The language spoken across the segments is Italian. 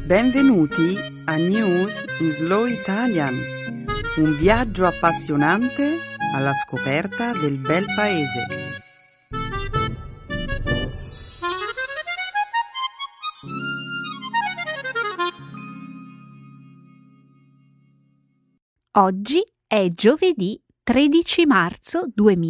Benvenuti a News in Slow Italian, un viaggio appassionante alla scoperta del bel paese. Oggi è giovedì 13 marzo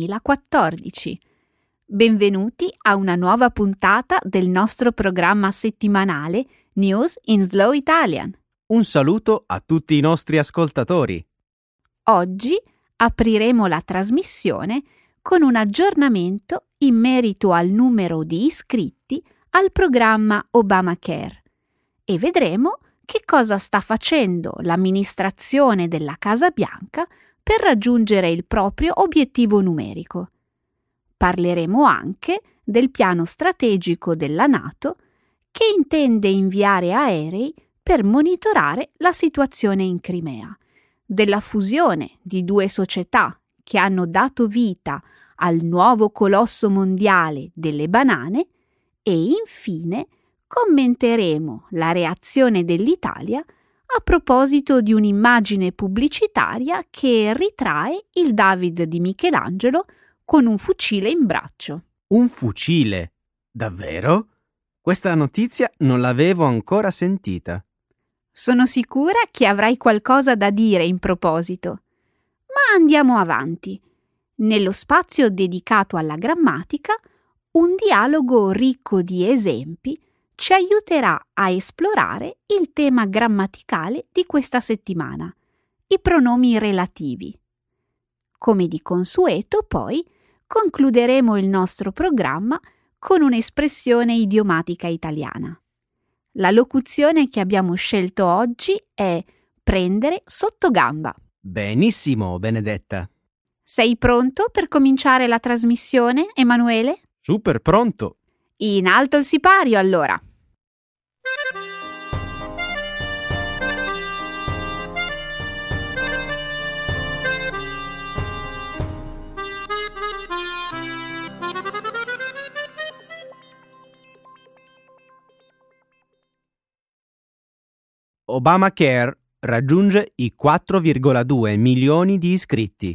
2014. Benvenuti a una nuova puntata del nostro programma settimanale News in Slow Italian. Un saluto a tutti i nostri ascoltatori. Oggi apriremo la trasmissione con un aggiornamento in merito al numero di iscritti al programma Obamacare e vedremo che cosa sta facendo l'amministrazione della Casa Bianca per raggiungere il proprio obiettivo numerico. Parleremo anche del piano strategico della NATO che intende inviare aerei per monitorare la situazione in Crimea, della fusione di due società che hanno dato vita al nuovo colosso mondiale delle banane e infine commenteremo la reazione dell'Italia a proposito di un'immagine pubblicitaria che ritrae il David di Michelangelo con un fucile in braccio. Un fucile? Davvero? Questa notizia non l'avevo ancora sentita. Sono sicura che avrai qualcosa da dire in proposito. Ma andiamo avanti. Nello spazio dedicato alla grammatica, un dialogo ricco di esempi ci aiuterà a esplorare il tema grammaticale di questa settimana, i pronomi relativi. Come di consueto, poi, concluderemo il nostro programma con un'espressione idiomatica italiana. La locuzione che abbiamo scelto oggi è prendere sotto gamba. Benissimo, Benedetta. Sei pronto per cominciare la trasmissione, Emanuele? Super pronto. In alto il sipario, allora. Obamacare raggiunge i 4,2 milioni di iscritti.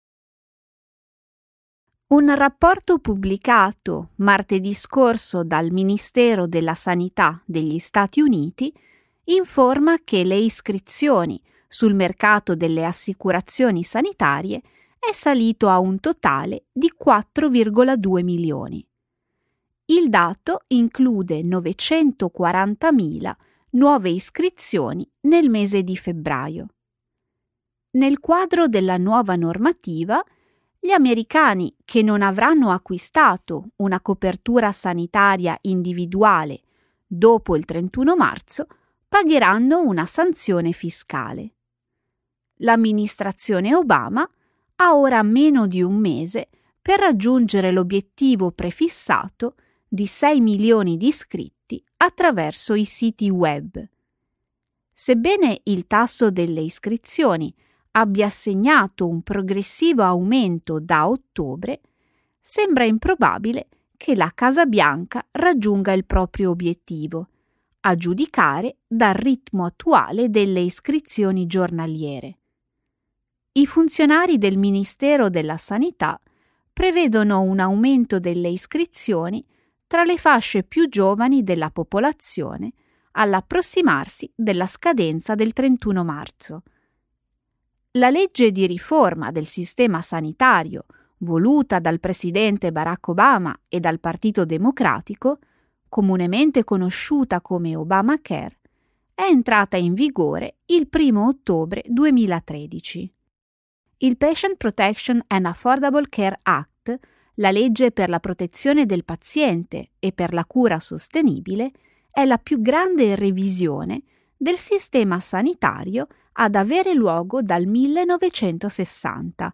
Un rapporto pubblicato martedì scorso dal Ministero della Sanità degli Stati Uniti informa che le iscrizioni sul mercato delle assicurazioni sanitarie è salito a un totale di 4,2 milioni. Il dato include 940.000 nuove iscrizioni nel mese di febbraio. Nel quadro della nuova normativa, gli americani che non avranno acquistato una copertura sanitaria individuale dopo il 31 marzo pagheranno una sanzione fiscale. L'amministrazione Obama ha ora meno di un mese per raggiungere l'obiettivo prefissato di 6 milioni di iscritti attraverso i siti web. Sebbene il tasso delle iscrizioni abbia segnato un progressivo aumento da ottobre, sembra improbabile che la Casa Bianca raggiunga il proprio obiettivo, a giudicare dal ritmo attuale delle iscrizioni giornaliere. I funzionari del Ministero della Sanità prevedono un aumento delle iscrizioni tra le fasce più giovani della popolazione all'approssimarsi della scadenza del 31 marzo. La legge di riforma del sistema sanitario, voluta dal presidente Barack Obama e dal Partito Democratico, comunemente conosciuta come Obamacare, è entrata in vigore il 1 ottobre 2013. Il Patient Protection and Affordable Care Act, la legge per la protezione del paziente e per la cura sostenibile, è la più grande revisione del sistema sanitario ad avere luogo dal 1960.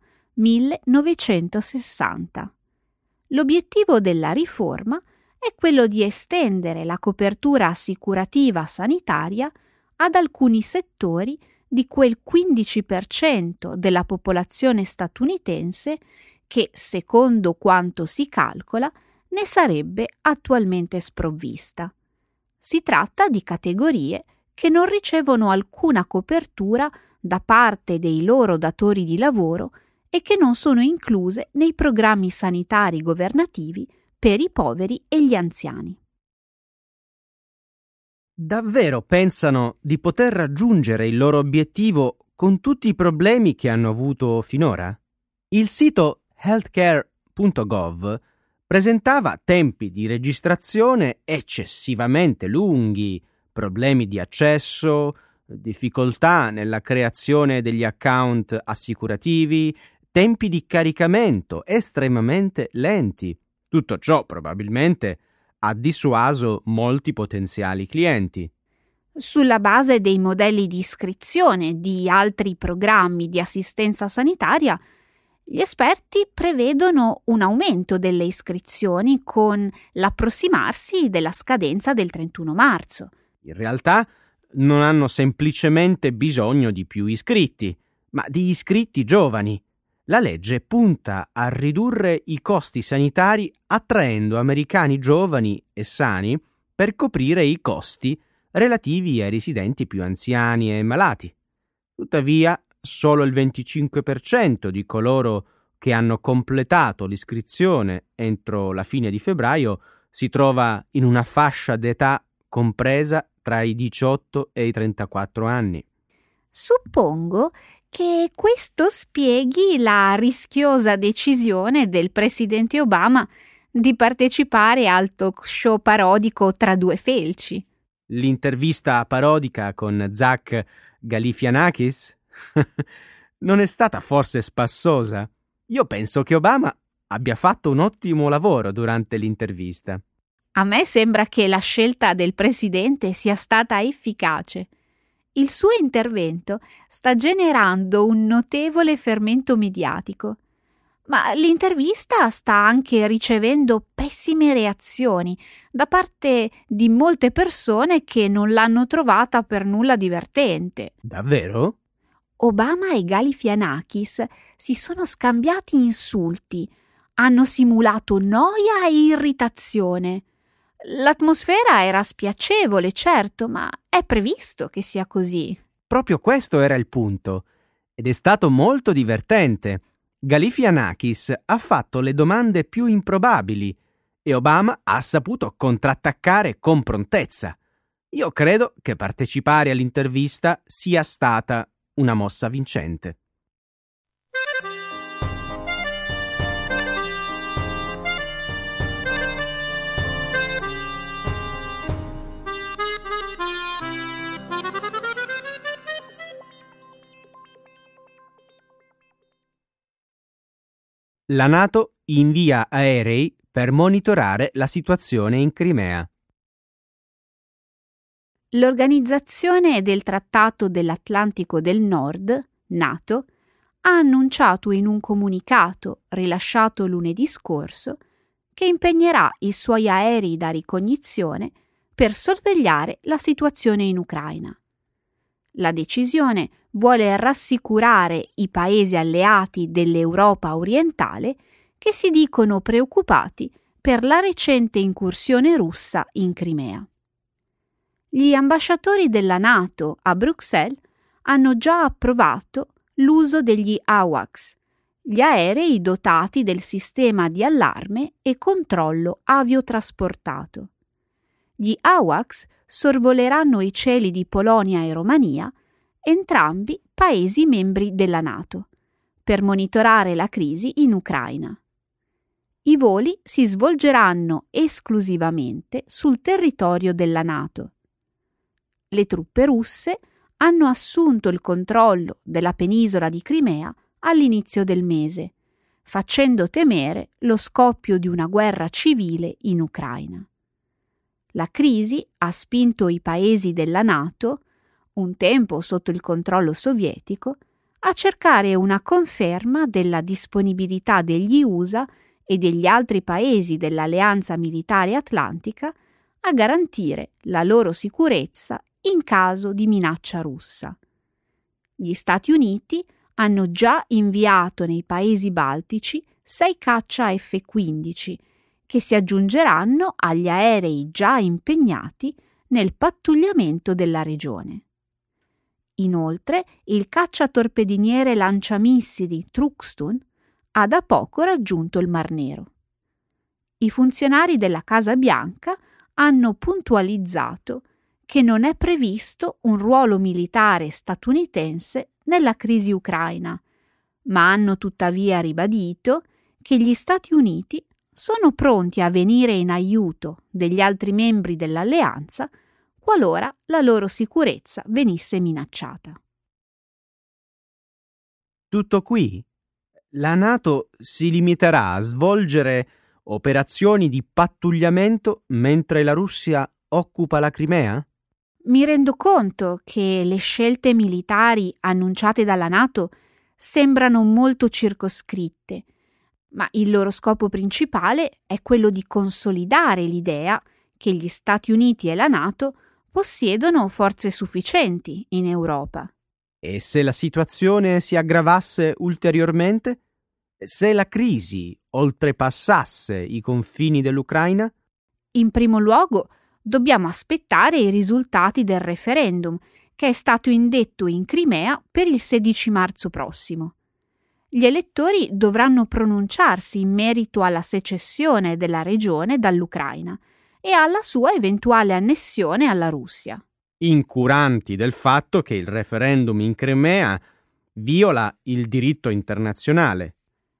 L'obiettivo della riforma è quello di estendere la copertura assicurativa sanitaria ad alcuni settori di quel 15% della popolazione statunitense che, secondo quanto si calcola, ne sarebbe attualmente sprovvista. Si tratta di categorie che non ricevono alcuna copertura da parte dei loro datori di lavoro e che non sono incluse nei programmi sanitari governativi per i poveri e gli anziani. Davvero pensano di poter raggiungere il loro obiettivo con tutti i problemi che hanno avuto finora? Il sito healthcare.gov presentava tempi di registrazione eccessivamente lunghi, problemi di accesso, difficoltà nella creazione degli account assicurativi, tempi di caricamento estremamente lenti. Tutto ciò probabilmente ha dissuaso molti potenziali clienti. Sulla base dei modelli di iscrizione di altri programmi di assistenza sanitaria, gli esperti prevedono un aumento delle iscrizioni con l'approssimarsi della scadenza del 31 marzo. In realtà non hanno semplicemente bisogno di più iscritti, ma di iscritti giovani. La legge punta a ridurre i costi sanitari attraendo americani giovani e sani per coprire i costi relativi ai residenti più anziani e malati. Tuttavia, solo il 25% di coloro che hanno completato l'iscrizione entro la fine di febbraio si trova in una fascia d'età compresa tra i 18 e i 34 anni. Suppongo che questo spieghi la rischiosa decisione del presidente Obama di partecipare al talk show parodico Tra due felci. L'intervista parodica con Zach Galifianakis non è stata forse spassosa? Io penso che Obama abbia fatto un ottimo lavoro durante l'intervista. A me sembra che la scelta del presidente sia stata efficace. Il suo intervento sta generando un notevole fermento mediatico, ma l'intervista sta anche ricevendo pessime reazioni da parte di molte persone che non l'hanno trovata per nulla divertente. Davvero? Obama e Galifianakis si sono scambiati insulti, hanno simulato noia e irritazione. L'atmosfera era spiacevole, certo, ma è previsto che sia così. Proprio questo era il punto. Ed è stato molto divertente. Galifianakis ha fatto le domande più improbabili e Obama ha saputo contrattaccare con prontezza. Io credo che partecipare all'intervista sia stata una mossa vincente. La NATO invia aerei per monitorare la situazione in Crimea. L'Organizzazione del Trattato dell'Atlantico del Nord, NATO, ha annunciato in un comunicato rilasciato lunedì scorso che impegnerà i suoi aerei da ricognizione per sorvegliare la situazione in Ucraina. La decisione vuole rassicurare i paesi alleati dell'Europa orientale che si dicono preoccupati per la recente incursione russa in Crimea. Gli ambasciatori della NATO a Bruxelles hanno già approvato l'uso degli AWACS, gli aerei dotati del sistema di allarme e controllo aviotrasportato. Gli AWACS sorvoleranno i cieli di Polonia e Romania, entrambi paesi membri della NATO, per monitorare la crisi in Ucraina. I voli si svolgeranno esclusivamente sul territorio della NATO. Le truppe russe hanno assunto il controllo della penisola di Crimea all'inizio del mese, facendo temere lo scoppio di una guerra civile in Ucraina. La crisi ha spinto i paesi della NATO, un tempo sotto il controllo sovietico, a cercare una conferma della disponibilità degli USA e degli altri paesi dell'Alleanza Militare Atlantica a garantire la loro sicurezza in caso di minaccia russa. Gli Stati Uniti hanno già inviato nei paesi baltici 6 caccia F-15, che si aggiungeranno agli aerei già impegnati nel pattugliamento della regione. Inoltre, il cacciatorpediniere lanciamissili Truxtun ha da poco raggiunto il Mar Nero. I funzionari della Casa Bianca hanno puntualizzato che non è previsto un ruolo militare statunitense nella crisi ucraina, ma hanno tuttavia ribadito che gli Stati Uniti sono pronti a venire in aiuto degli altri membri dell'alleanza qualora la loro sicurezza venisse minacciata. Tutto qui? La NATO si limiterà a svolgere operazioni di pattugliamento mentre la Russia occupa la Crimea? Mi rendo conto che le scelte militari annunciate dalla NATO sembrano molto circoscritte, ma il loro scopo principale è quello di consolidare l'idea che gli Stati Uniti e la NATO possiedono forze sufficienti in Europa. E se la situazione si aggravasse ulteriormente? Se la crisi oltrepassasse i confini dell'Ucraina? In primo luogo, dobbiamo aspettare i risultati del referendum che è stato indetto in Crimea per il 16 marzo prossimo. Gli elettori dovranno pronunciarsi in merito alla secessione della regione dall'Ucraina e alla sua eventuale annessione alla Russia. Incuranti del fatto che il referendum in Crimea viola il diritto internazionale.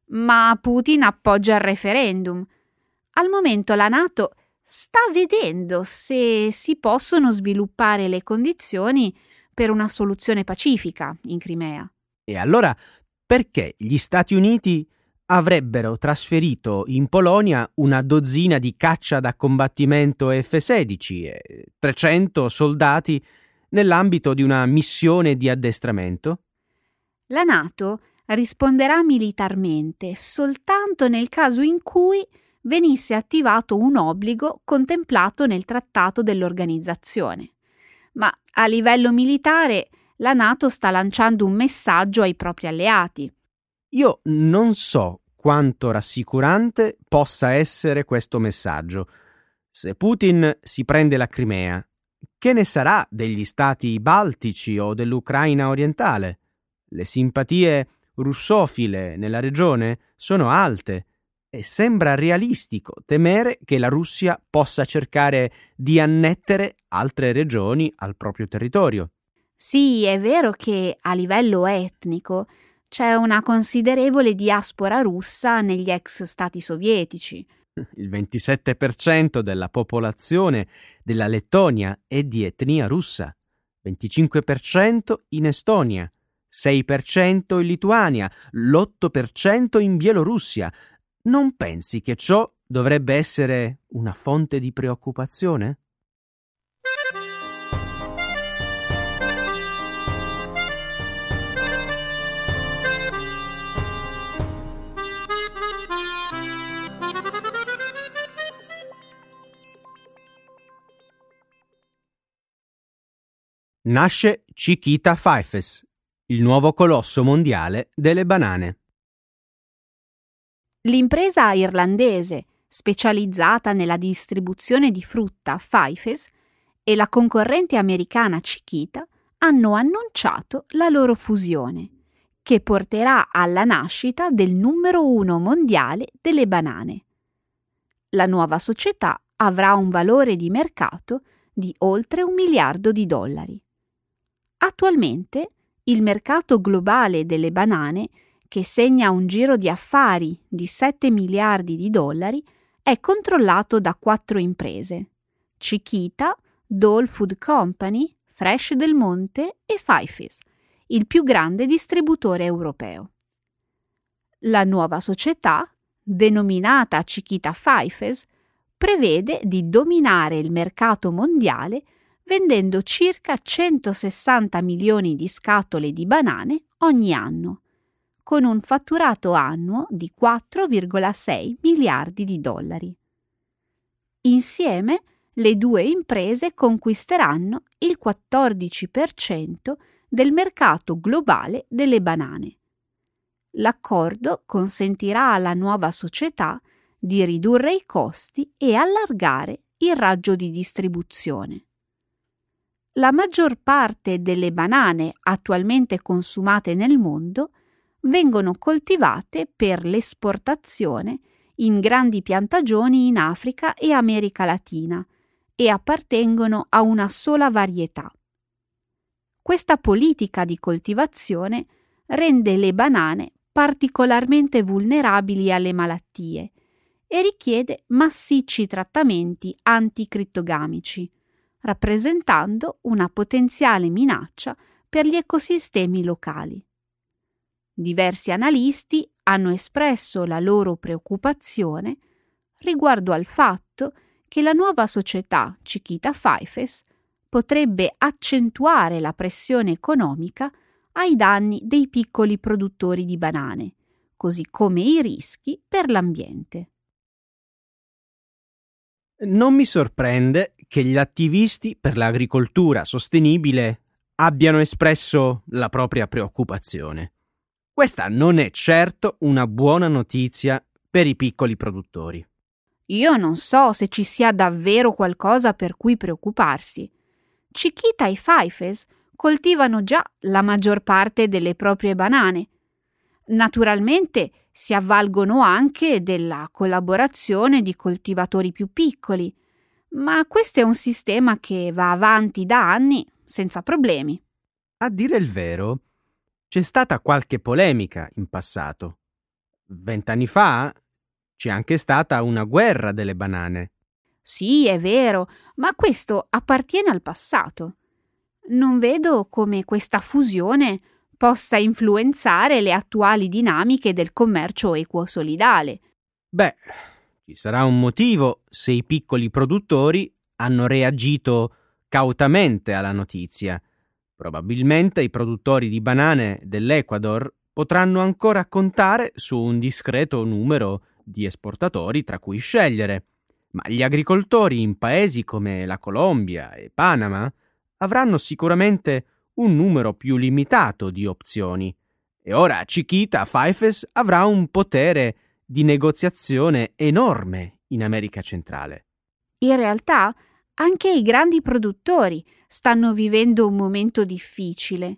Ma Putin appoggia il referendum. Al momento la NATO sta vedendo se si possono sviluppare le condizioni per una soluzione pacifica in Crimea. E allora perché gli Stati Uniti avrebbero trasferito in Polonia una dozzina di caccia da combattimento F-16 e 300 soldati nell'ambito di una missione di addestramento? La NATO risponderà militarmente soltanto nel caso in cui venisse attivato un obbligo contemplato nel trattato dell'organizzazione. Ma a livello militare la NATO sta lanciando un messaggio ai propri alleati. Io non so quanto rassicurante possa essere questo messaggio. Se Putin si prende la Crimea, che ne sarà degli stati baltici o dell'Ucraina orientale? Le simpatie russofile nella regione sono alte e sembra realistico temere che la Russia possa cercare di annettere altre regioni al proprio territorio. Sì, è vero che a livello etnico c'è una considerevole diaspora russa negli ex stati sovietici. Il 27% della popolazione della Lettonia è di etnia russa, 25% in Estonia, 6% in Lituania, l'8% in Bielorussia. Non pensi che ciò dovrebbe essere una fonte di preoccupazione? Nasce Chiquita Fifes, il nuovo colosso mondiale delle banane. L'impresa irlandese, specializzata nella distribuzione di frutta Fifes, e la concorrente americana Chiquita hanno annunciato la loro fusione, che porterà alla nascita del numero 1 mondiale delle banane. La nuova società avrà un valore di mercato di oltre $1 miliardo. Attualmente il mercato globale delle banane, che segna un giro di affari di $7 miliardi, è controllato da 4 imprese: Chiquita, Dole Food Company, Fresh Del Monte e Fifes, il più grande distributore europeo. La nuova società, denominata Chiquita Fifes, prevede di dominare il mercato mondiale vendendo circa 160 milioni di scatole di banane ogni anno, con un fatturato annuo di $4,6 miliardi. Insieme, le due imprese conquisteranno il 14% del mercato globale delle banane. L'accordo consentirà alla nuova società di ridurre i costi e allargare il raggio di distribuzione. la maggior parte delle banane attualmente consumate nel mondo vengono coltivate per l'esportazione in grandi piantagioni in Africa e America Latina e appartengono a una sola varietà. Questa politica di coltivazione rende le banane particolarmente vulnerabili alle malattie e richiede massicci trattamenti anticritogamici, rappresentando una potenziale minaccia per gli ecosistemi locali. Diversi analisti hanno espresso la loro preoccupazione riguardo al fatto che la nuova società Chiquita Fifes potrebbe accentuare la pressione economica ai danni dei piccoli produttori di banane, così come i rischi per l'ambiente. Non mi sorprende che gli attivisti per l'agricoltura sostenibile abbiano espresso la propria preoccupazione. Questa non è certo una buona notizia per i piccoli produttori. Io non so se ci sia davvero qualcosa per cui preoccuparsi. Chiquita e Fifes coltivano già la maggior parte delle proprie banane. Naturalmente si avvalgono anche della collaborazione di coltivatori più piccoli, ma questo è un sistema che va avanti da anni senza problemi. A dire il vero, c'è stata qualche polemica in passato. 20 anni fa c'è anche stata una guerra delle banane. Sì, è vero, ma questo appartiene al passato. Non vedo come questa fusione possa influenzare le attuali dinamiche del commercio equo solidale. Beh, ci sarà un motivo se i piccoli produttori hanno reagito cautamente alla notizia. Probabilmente i produttori di banane dell'Ecuador potranno ancora contare su un discreto numero di esportatori tra cui scegliere, ma gli agricoltori in paesi come la Colombia e Panama avranno sicuramente un numero più limitato di opzioni. E ora Chiquita Fifes avrà un potere di negoziazione enorme in America centrale. In realtà, anche i grandi produttori stanno vivendo un momento difficile.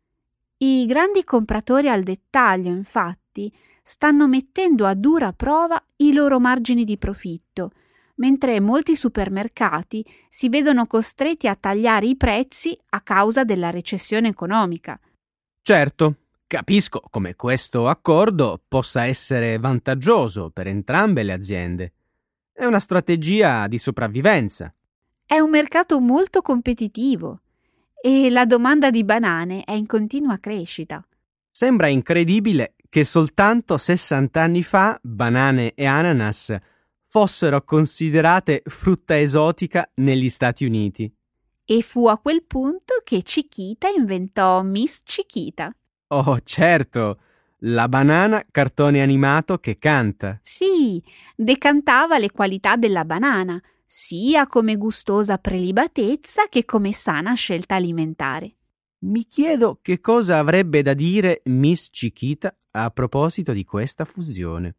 I grandi compratori al dettaglio, infatti, stanno mettendo a dura prova i loro margini di profitto, mentre molti supermercati si vedono costretti a tagliare i prezzi a causa della recessione economica. Certo, capisco come questo accordo possa essere vantaggioso per entrambe le aziende. È una strategia di sopravvivenza. È un mercato molto competitivo e la domanda di banane è in continua crescita. Sembra incredibile che soltanto 60 anni fa banane e ananas fossero considerate frutta esotica negli Stati Uniti. E fu a quel punto che Chiquita inventò Miss Chiquita. Oh, certo, la banana cartone animato che canta. Sì, decantava le qualità della banana, sia come gustosa prelibatezza che come sana scelta alimentare. Mi chiedo che cosa avrebbe da dire Miss Chiquita a proposito di questa fusione.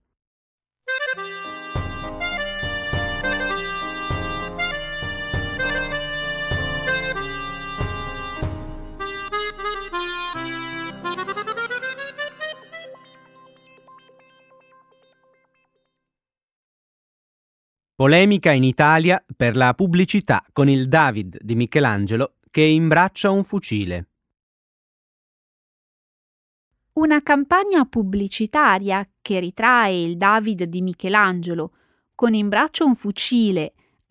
Polemica in Italia per la pubblicità con il David di Michelangelo che imbraccia un fucile. Una campagna pubblicitaria che ritrae il David di Michelangelo con in braccio un fucile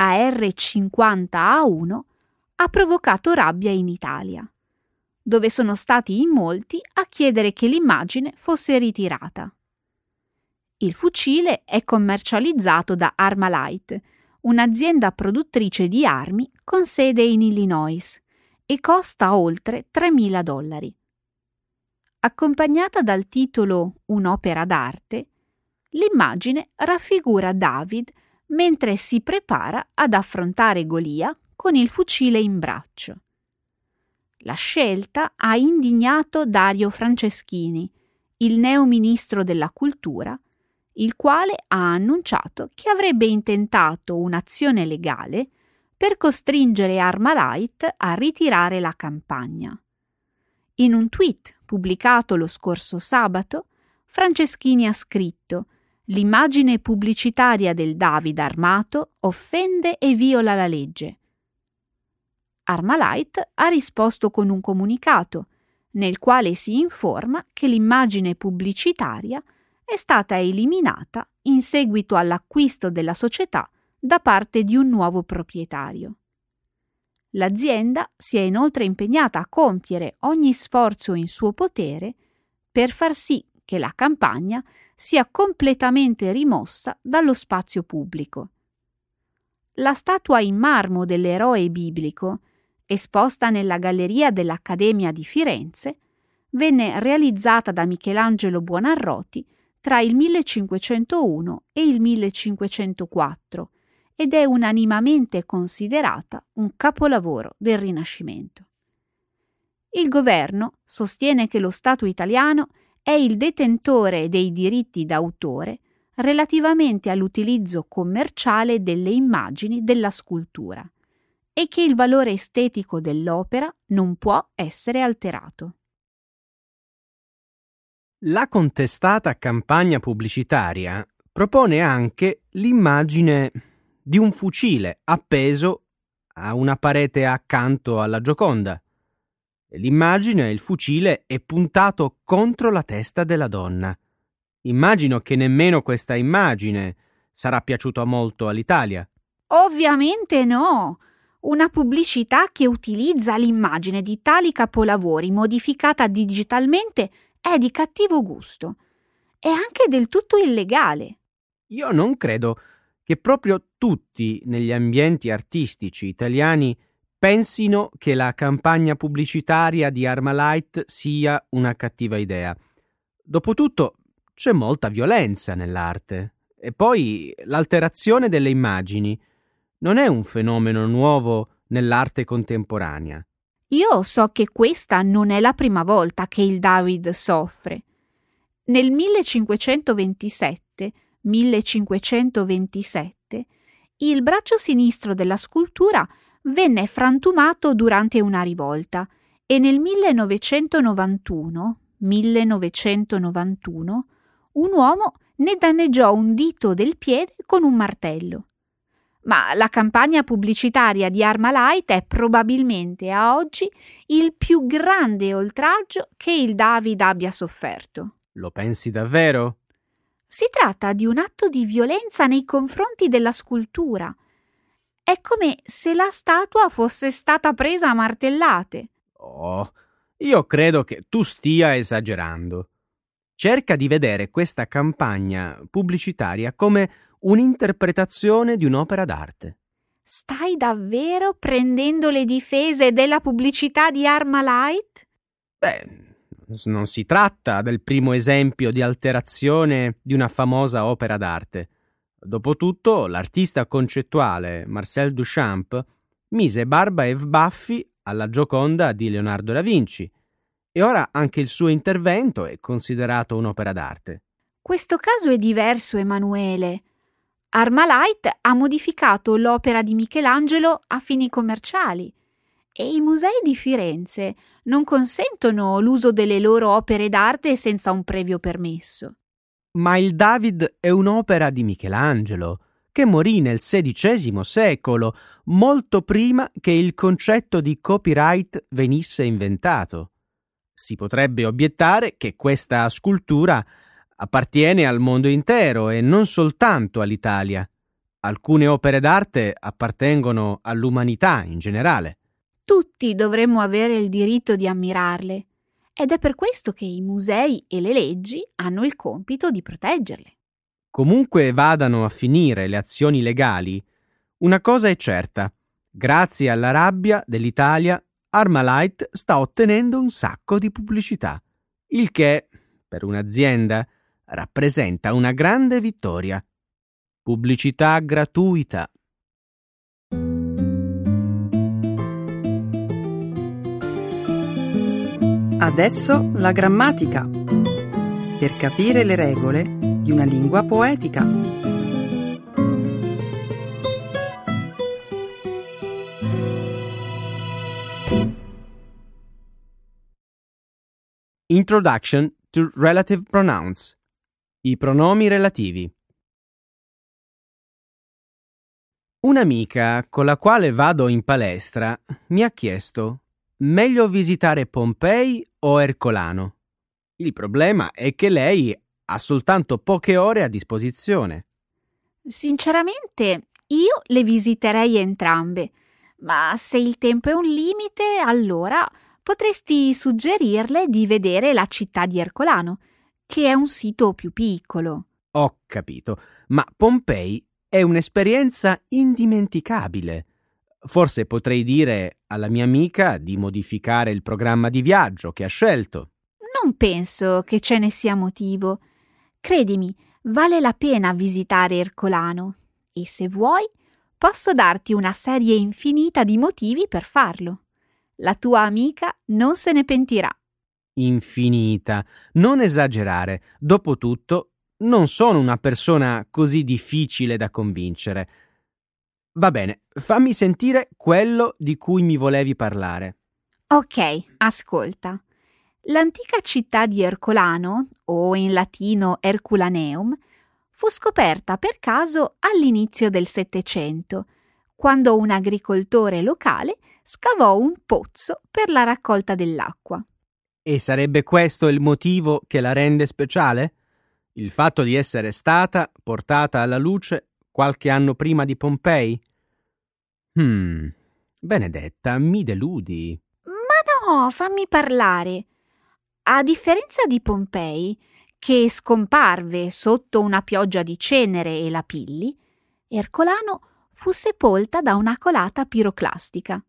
AR-50A1 ha provocato rabbia in Italia, dove sono stati in molti a chiedere che l'immagine fosse ritirata. Il fucile è commercializzato da Armalite, un'azienda produttrice di armi con sede in Illinois, e costa oltre $3.000. Accompagnata dal titolo Un'opera d'arte, l'immagine raffigura David mentre si prepara ad affrontare Golia con il fucile in braccio. La scelta ha indignato Dario Franceschini, il neo ministro della Cultura, il quale ha annunciato che avrebbe intentato un'azione legale per costringere Armalite a ritirare la campagna. In un tweet pubblicato lo scorso sabato, Franceschini ha scritto: «L'immagine pubblicitaria del David armato offende e viola la legge». Armalite ha risposto con un comunicato, nel quale si informa che l'immagine pubblicitaria è stata eliminata in seguito all'acquisto della società da parte di un nuovo proprietario. L'azienda si è inoltre impegnata a compiere ogni sforzo in suo potere per far sì che la campagna sia completamente rimossa dallo spazio pubblico. La statua in marmo dell'eroe biblico, esposta nella galleria dell'Accademia di Firenze, venne realizzata da Michelangelo Buonarroti tra il 1501 e il 1504 ed è unanimamente considerata un capolavoro del Rinascimento. Il governo sostiene che lo Stato italiano è il detentore dei diritti d'autore relativamente all'utilizzo commerciale delle immagini della scultura e che il valore estetico dell'opera non può essere alterato. La contestata campagna pubblicitaria propone anche l'immagine di un fucile appeso a una parete accanto alla Gioconda. L'immagine, il fucile, è puntato contro la testa della donna. Immagino che nemmeno questa immagine sarà piaciuta molto all'Italia. Ovviamente no! Una pubblicità che utilizza l'immagine di tali capolavori modificata digitalmente è di cattivo gusto. È anche del tutto illegale. Io non credo che proprio tutti negli ambienti artistici italiani pensino che la campagna pubblicitaria di Armalite sia una cattiva idea. Dopotutto c'è molta violenza nell'arte e poi l'alterazione delle immagini non è un fenomeno nuovo nell'arte contemporanea. Io so che questa non è la prima volta che il David soffre. Nel 1527, il braccio sinistro della scultura venne frantumato durante una rivolta e nel 1991, un uomo ne danneggiò un dito del piede con un martello. Ma la campagna pubblicitaria di Armalite è probabilmente a oggi il più grande oltraggio che il David abbia sofferto. Lo pensi davvero? Si tratta di un atto di violenza nei confronti della scultura. È come se la statua fosse stata presa a martellate. Oh, io credo che tu stia esagerando. Cerca di vedere questa campagna pubblicitaria come un'interpretazione di un'opera d'arte. Stai davvero prendendo le difese della pubblicità di Armalite? Non si tratta del primo esempio di alterazione di una famosa opera d'arte. Dopotutto, l'artista concettuale Marcel Duchamp mise barba e baffi alla Gioconda di Leonardo da Vinci e ora anche il suo intervento è considerato un'opera d'arte. Questo caso è diverso, Emanuele. Armalite ha modificato l'opera di Michelangelo a fini commerciali e i musei di Firenze non consentono l'uso delle loro opere d'arte senza un previo permesso. Ma il David è un'opera di Michelangelo, che morì nel XVI secolo, molto prima che il concetto di copyright venisse inventato. Si potrebbe obiettare che questa scultura appartiene al mondo intero e non soltanto all'Italia. Alcune opere d'arte appartengono all'umanità in generale. Tutti dovremmo avere il diritto di ammirarle, ed è per questo che i musei e le leggi hanno il compito di proteggerle. Comunque vadano a finire le azioni legali, una cosa è certa: grazie alla rabbia dell'Italia, Armalite sta ottenendo un sacco di pubblicità, il che, per un'azienda, rappresenta una grande vittoria. Pubblicità gratuita. Adesso la grammatica, per capire le regole di una lingua poetica. Introduction to Relative Pronouns. I pronomi relativi. Un'amica con la quale vado in palestra mi ha chiesto: meglio visitare Pompei o Ercolano? Il problema è che lei ha soltanto poche ore a disposizione. Sinceramente, io le visiterei entrambe, ma se il tempo è un limite, allora potresti suggerirle di vedere la città di Ercolano, che è un sito più piccolo. Ho capito, ma Pompei è un'esperienza indimenticabile. Forse potrei dire alla mia amica di modificare il programma di viaggio che ha scelto. Non penso che ce ne sia motivo. Credimi, vale la pena visitare Ercolano e se vuoi posso darti una serie infinita di motivi per farlo. La tua amica non se ne pentirà. Infinita, non esagerare. Dopotutto, non sono una persona così difficile da convincere. Va bene, fammi sentire quello di cui mi volevi parlare. Ok, ascolta. L'antica città di Ercolano, o in latino Herculaneum, fu scoperta per caso all'inizio del Settecento, quando un agricoltore locale scavò un pozzo per la raccolta dell'acqua. E sarebbe questo il motivo che la rende speciale? Il fatto di essere stata portata alla luce qualche anno prima di Pompei? Benedetta, mi deludi. Ma no, fammi parlare. A differenza di Pompei, che scomparve sotto una pioggia di cenere e lapilli, Ercolano fu sepolta da una colata piroclastica.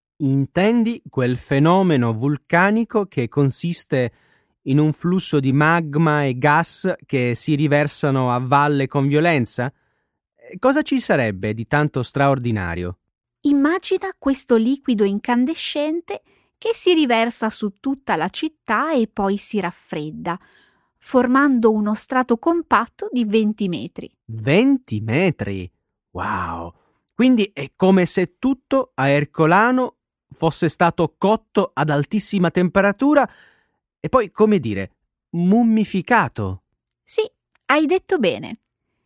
Intendi quel fenomeno vulcanico che consiste in un flusso di magma e gas che si riversano a valle con violenza? Cosa ci sarebbe di tanto straordinario? Immagina questo liquido incandescente che si riversa su tutta la città e poi si raffredda, formando uno strato compatto di 20 metri. 20 metri? Wow! Quindi è come se tutto a Ercolano fosse stato cotto ad altissima temperatura e poi, come dire, mummificato. Sì, hai detto bene.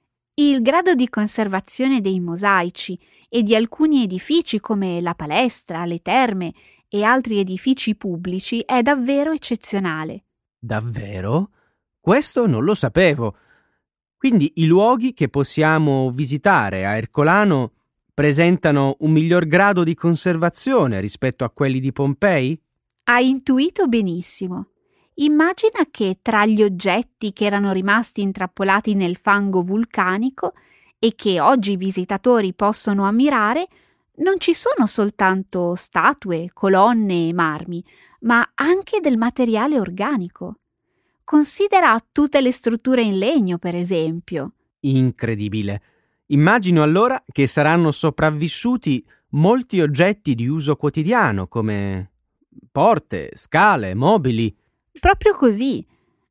Il grado di conservazione dei mosaici e di alcuni edifici come la palestra, le terme e altri edifici pubblici è davvero eccezionale. Davvero? Questo non lo sapevo. Quindi i luoghi che possiamo visitare a Ercolano presentano un miglior grado di conservazione rispetto a quelli di Pompei? Hai intuito benissimo. Immagina che tra gli oggetti che erano rimasti intrappolati nel fango vulcanico e che oggi i visitatori possono ammirare, non ci sono soltanto statue, colonne e marmi, ma anche del materiale organico. Considera tutte le strutture in legno, per esempio. Incredibile. Immagino allora che saranno sopravvissuti molti oggetti di uso quotidiano, come porte, scale, mobili. Proprio così.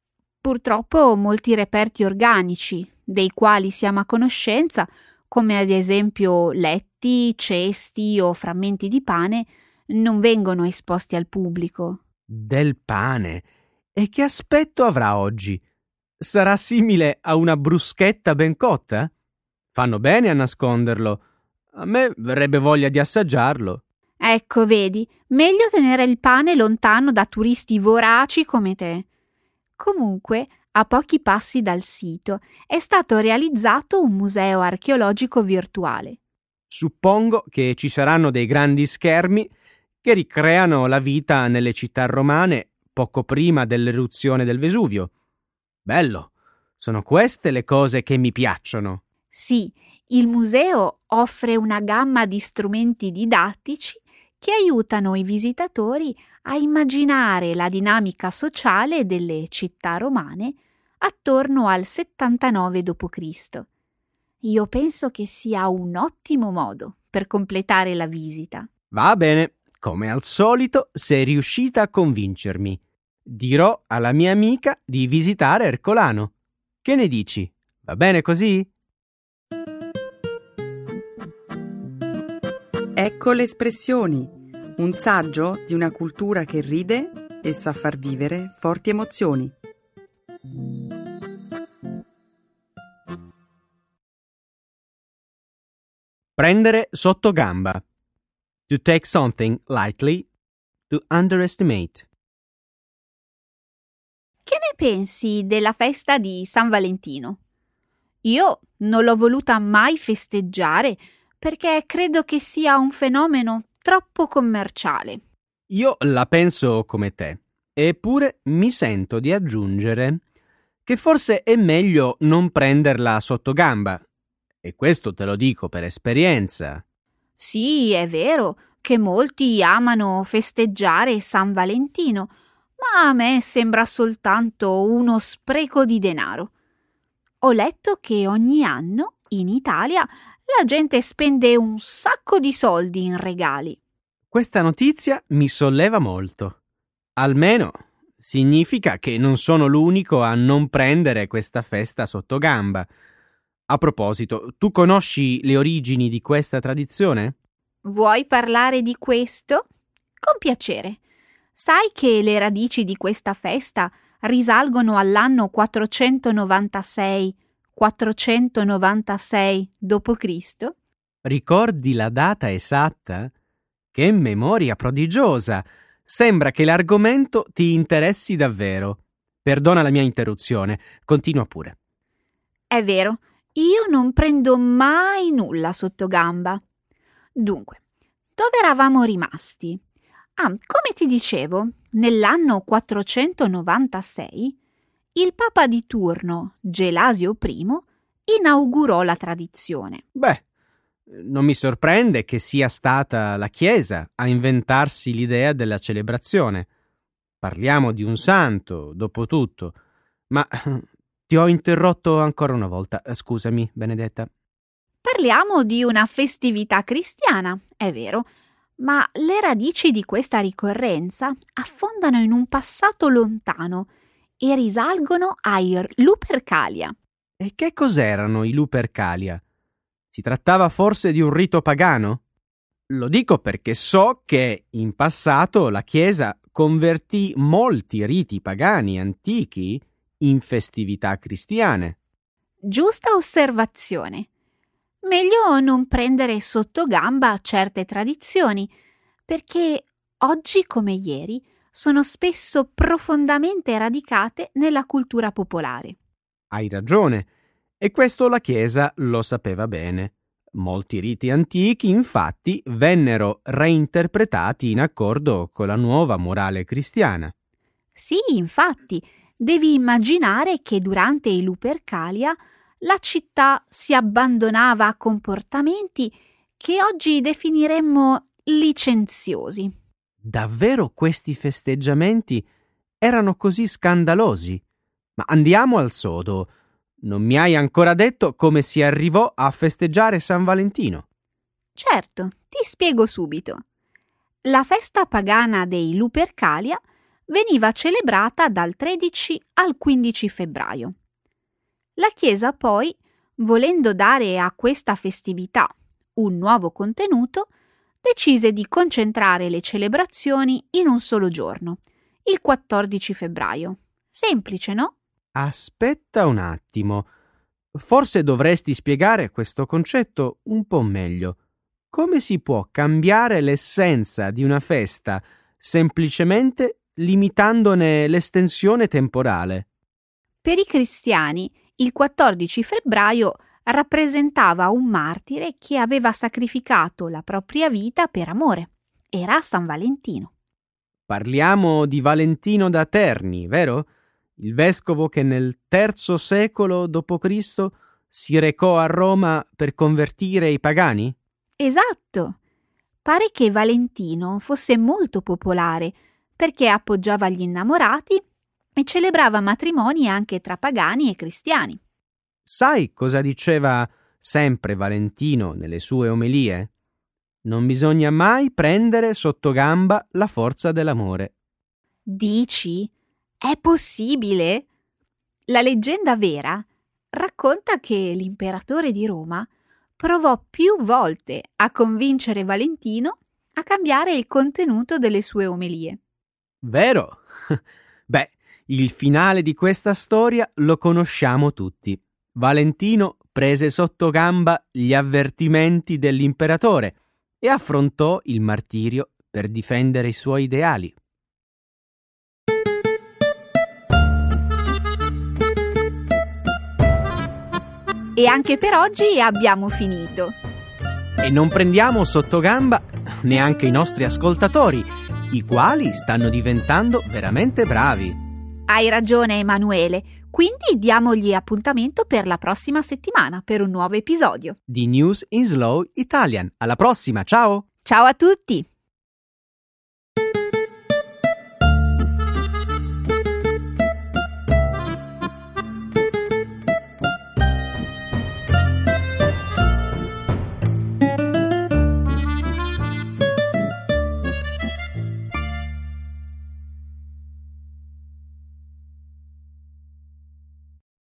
Purtroppo molti reperti organici, dei quali siamo a conoscenza, come ad esempio letti, cesti o frammenti di pane, non vengono esposti al pubblico. Del pane? E che aspetto avrà oggi? Sarà simile a una bruschetta ben cotta? Fanno bene a nasconderlo. A me verrebbe voglia di assaggiarlo. Ecco, vedi, meglio tenere il pane lontano da turisti voraci come te. Comunque, a pochi passi dal sito è stato realizzato un museo archeologico virtuale. Suppongo che ci saranno dei grandi schermi che ricreano la vita nelle città romane poco prima dell'eruzione del Vesuvio. Bello! Sono queste le cose che mi piacciono. Sì, il museo offre una gamma di strumenti didattici che aiutano i visitatori a immaginare la dinamica sociale delle città romane attorno al 79 d.C. Io penso che sia un ottimo modo per completare la visita. Va bene, come al solito sei riuscita a convincermi. Dirò alla mia amica di visitare Ercolano. Che ne dici? Va bene così? Ecco le espressioni, un saggio di una cultura che ride e sa far vivere forti emozioni. Prendere sotto gamba. To take something lightly, to underestimate. Che ne pensi della festa di San Valentino? Io non l'ho voluta mai festeggiare perché credo che sia un fenomeno troppo commerciale. Io la penso come te, eppure mi sento di aggiungere che forse è meglio non prenderla sotto gamba. E questo te lo dico per esperienza. Sì, è vero che molti amano festeggiare San Valentino, ma a me sembra soltanto uno spreco di denaro. Ho letto che ogni anno in Italia la gente spende un sacco di soldi in regali. Questa notizia mi solleva molto. Almeno significa che non sono l'unico a non prendere questa festa sotto gamba. A proposito, tu conosci le origini di questa tradizione? Vuoi parlare di questo? Con piacere. Sai che le radici di questa festa risalgono all'anno 496 d.C.? Ricordi la data esatta? Che memoria prodigiosa! Sembra che l'argomento ti interessi davvero. Perdona la mia interruzione, continua pure. È vero, io non prendo mai nulla sotto gamba. Dunque, dove eravamo rimasti? Come ti dicevo, nell'anno 496 il papa di turno, Gelasio I, inaugurò la tradizione. Beh, non mi sorprende che sia stata la Chiesa a inventarsi l'idea della celebrazione. Parliamo di un santo, dopo tutto. Ma ti ho interrotto ancora una volta. Scusami, Benedetta. Parliamo di una festività cristiana, è vero, ma le radici di questa ricorrenza affondano in un passato lontano e risalgono ai Lupercalia. E che cos'erano i Lupercalia? Si trattava forse di un rito pagano? Lo dico perché so che in passato la Chiesa convertì molti riti pagani antichi in festività cristiane. Giusta osservazione. Meglio non prendere sotto gamba certe tradizioni, perché oggi come ieri sono spesso profondamente radicate nella cultura popolare. Hai ragione, e questo la Chiesa lo sapeva bene. Molti riti antichi, infatti, vennero reinterpretati in accordo con la nuova morale cristiana. Sì, infatti, devi immaginare che durante i Lupercalia la città si abbandonava a comportamenti che oggi definiremmo licenziosi. Davvero questi festeggiamenti erano così scandalosi? Ma andiamo al sodo. Non mi hai ancora detto come si arrivò a festeggiare San Valentino. Certo, ti spiego subito. La festa pagana dei Lupercalia veniva celebrata dal 13 al 15 febbraio. La Chiesa poi, volendo dare a questa festività un nuovo contenuto, decise di concentrare le celebrazioni in un solo giorno, il 14 febbraio. Semplice, no? Aspetta un attimo. Forse dovresti spiegare questo concetto un po' meglio. Come si può cambiare l'essenza di una festa semplicemente limitandone l'estensione temporale? Per i cristiani, il 14 febbraio rappresentava un martire che aveva sacrificato la propria vita per amore. Era San Valentino. Parliamo di Valentino da Terni, vero? Il vescovo che nel III secolo d.C. si recò a Roma per convertire i pagani? Esatto. Pare che Valentino fosse molto popolare perché appoggiava gli innamorati e celebrava matrimoni anche tra pagani e cristiani. Sai cosa diceva sempre Valentino nelle sue omelie? Non bisogna mai prendere sotto gamba la forza dell'amore. Dici? È possibile? La leggenda vera racconta che l'imperatore di Roma provò più volte a convincere Valentino a cambiare il contenuto delle sue omelie. Vero? Beh, il finale di questa storia lo conosciamo tutti. Valentino prese sotto gamba gli avvertimenti dell'imperatore e affrontò il martirio per difendere i suoi ideali. E anche per oggi abbiamo finito. E non prendiamo sotto gamba neanche i nostri ascoltatori, i quali stanno diventando veramente bravi. Hai ragione, Emanuele. Quindi diamogli appuntamento per la prossima settimana per un nuovo episodio di News in Slow Italian. Alla prossima, ciao! Ciao a tutti!